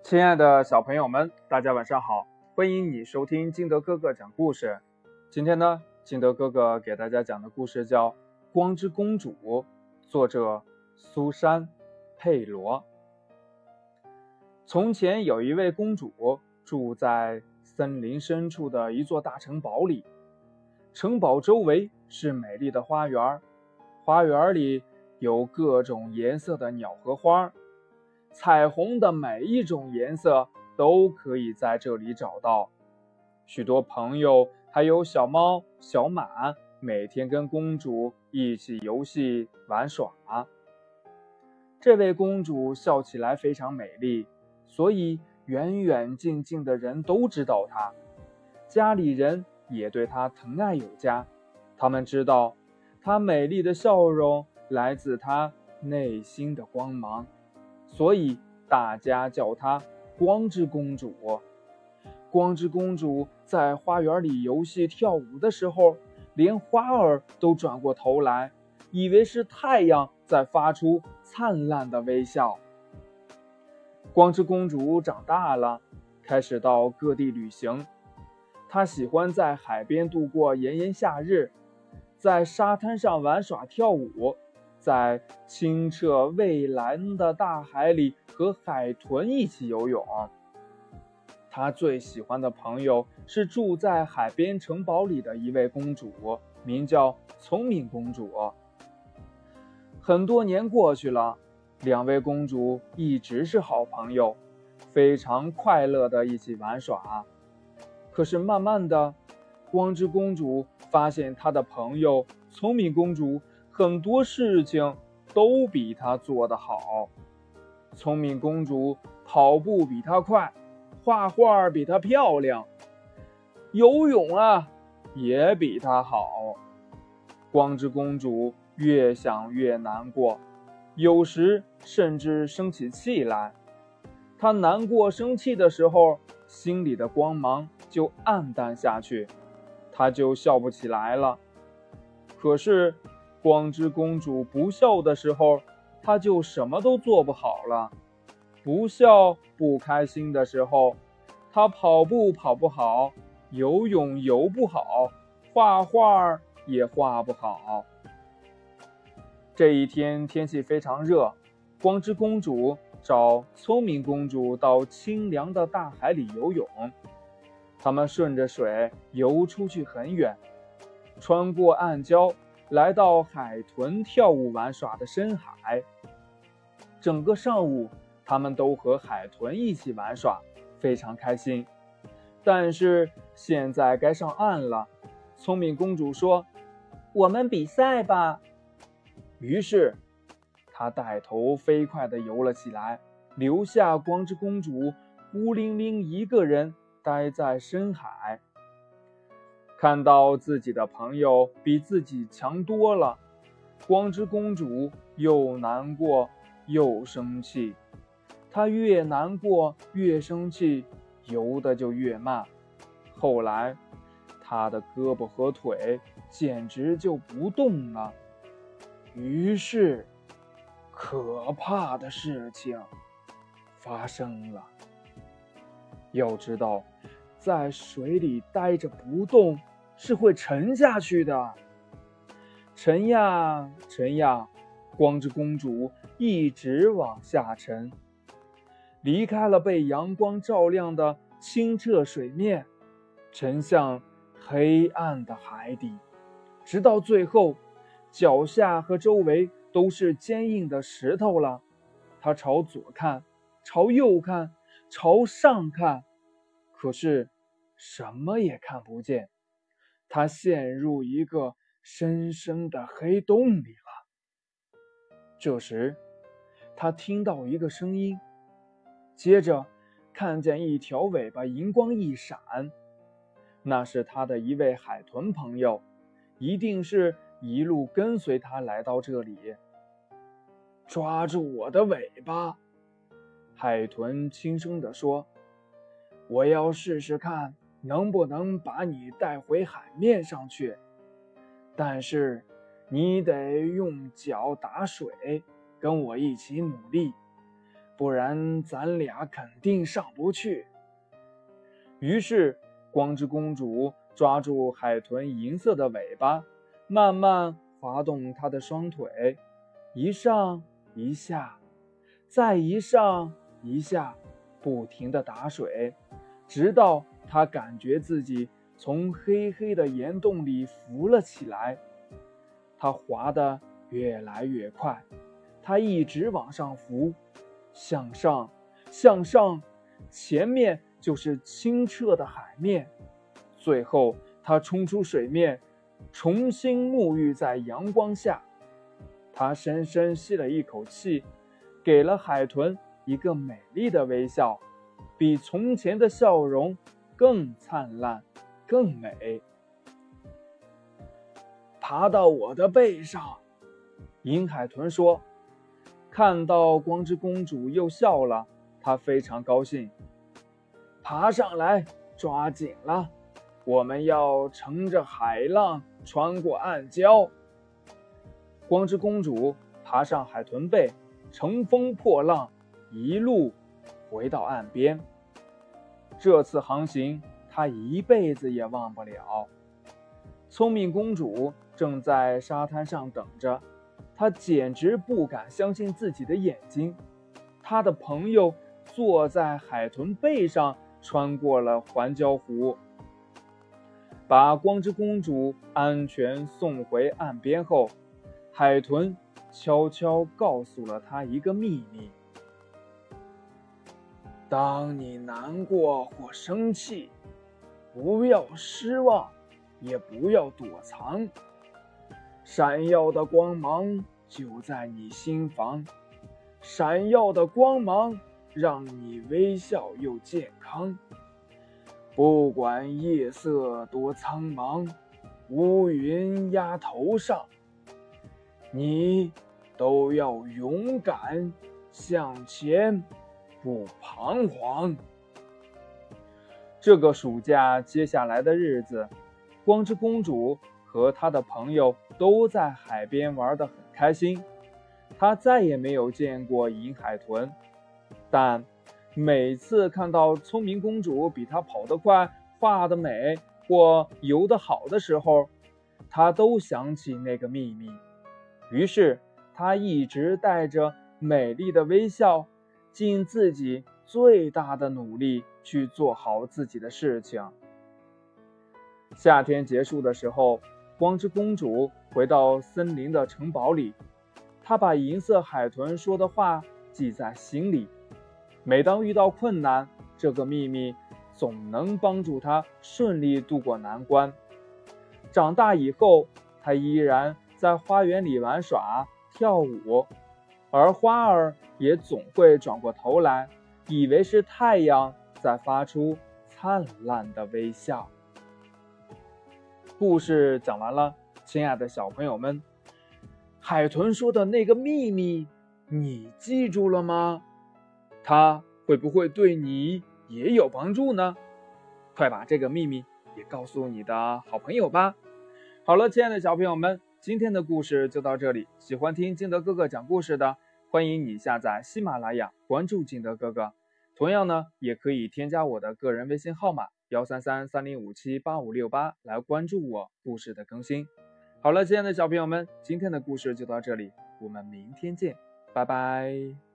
亲爱的小朋友们，大家晚上好，欢迎你收听金德哥哥讲故事。今天呢，金德哥哥给大家讲的故事叫《光之公主》，作者苏珊·佩罗。从前有一位公主住在森林深处的一座大城堡里，城堡周围是美丽的花园，花园里有各种颜色的鸟和花，彩虹的每一种颜色都可以在这里找到。许多朋友还有小猫、小马，每天跟公主一起游戏玩耍。这位公主笑起来非常美丽，所以远远近近的人都知道她，家里人也对她疼爱有加。他们知道她美丽的笑容来自她内心的光芒，所以大家叫她光之公主。光之公主在花园里游戏跳舞的时候，连花儿都转过头来，以为是太阳在发出灿烂的微笑。光之公主长大了，开始到各地旅行。她喜欢在海边度过炎炎夏日，在沙滩上玩耍跳舞，在清澈蔚蓝的大海里和海豚一起游泳。他最喜欢的朋友是住在海边城堡里的一位公主，名叫聪明公主。很多年过去了，两位公主一直是好朋友，非常快乐地一起玩耍。可是慢慢的，光之公主发现她的朋友聪明公主很多事情都比她做得好。聪明公主跑步比她快，画画比她漂亮，游泳也比她好。光之公主越想越难过，有时甚至生起气来。她难过生气的时候，心里的光芒就暗淡下去，她就笑不起来了。可是光之公主不笑的时候，她就什么都做不好了。不笑不开心的时候，她跑步跑不好，游泳游不好，画画也画不好。这一天天气非常热，光之公主找聪明公主到清凉的大海里游泳。他们顺着水游出去很远，穿过暗礁，来到海豚跳舞玩耍的深海。整个上午，他们都和海豚一起玩耍，非常开心。但是现在该上岸了，聪明公主说：“我们比赛吧。”于是她带头飞快地游了起来，留下光之公主孤零零一个人待在深海。看到自己的朋友比自己强多了，光之公主又难过又生气。她越难过越生气，游得就越慢。后来她的胳膊和腿简直就不动了。于是可怕的事情发生了。要知道，在水里待着不动是会沉下去的。沉呀沉呀，光之公主一直往下沉，离开了被阳光照亮的清澈水面，沉向黑暗的海底，直到最后脚下和周围都是坚硬的石头了。她朝左看，朝右看，朝上看，可是什么也看不见。她陷入一个深深的黑洞里了。这时她听到一个声音，接着看见一条尾巴银光一闪，那是她的一位海豚朋友，一定是一路跟随她来到这里。抓住我的尾巴，海豚轻声地说，我要试试看能不能把你带回海面上去，但是你得用脚打水，跟我一起努力， 不然咱俩肯定上不去。于是光之公主抓住海豚银色的尾巴，慢慢滑动它的双腿，一上一下，再一上一下，不停地打水，直到她感觉自己从黑黑的岩洞里浮了起来。她滑得越来越快，她一直往上浮，向上，向上，前面就是清澈的海面。最后她冲出水面，重新沐浴在阳光下。她深深吸了一口气，给了海豚一个美丽的微笑，比从前的笑容更灿烂，更美。爬到我的背上，银海豚说。看到光之公主又笑了，她非常高兴。爬上来，抓紧了，我们要乘着海浪穿过暗礁。光之公主爬上海豚背，乘风破浪，一路回到岸边。这次航行她一辈子也忘不了。聪明公主正在沙滩上等着，她简直不敢相信自己的眼睛。她的朋友坐在海豚背上穿过了环礁湖。把光之公主安全送回岸边后，海豚悄悄告诉了她一个秘密：当你难过或生气，不要失望，也不要躲藏，闪耀的光芒就在你心房，闪耀的光芒让你微笑又健康。不管夜色多苍茫，乌云压头上，你都要勇敢向前，不彷徨。这个暑假接下来的日子，光之公主和她的朋友都在海边玩得很开心。她再也没有见过银海豚，但每次看到聪明公主比她跑得快、画得美或游得好的时候，她都想起那个秘密。于是她一直带着美丽的微笑，尽自己最大的努力去做好自己的事情。夏天结束的时候，光之公主回到森林的城堡里，她把银色海豚说的话记在心里。每当遇到困难，这个秘密总能帮助她顺利度过难关。长大以后，她依然在花园里玩耍、跳舞，而花儿也总会转过头来，以为是太阳在发出灿烂的微笑。故事讲完了，亲爱的小朋友们，海豚说的那个秘密，你记住了吗？它会不会对你也有帮助呢？快把这个秘密也告诉你的好朋友吧。好了，亲爱的小朋友们，今天的故事就到这里。喜欢听金德哥哥讲故事的，欢迎你下载喜马拉雅，关注金德哥哥。同样呢，也可以添加我的个人微信号码13330578568来关注我故事的更新。好了，亲爱的小朋友们，今天的故事就到这里，我们明天见，拜拜。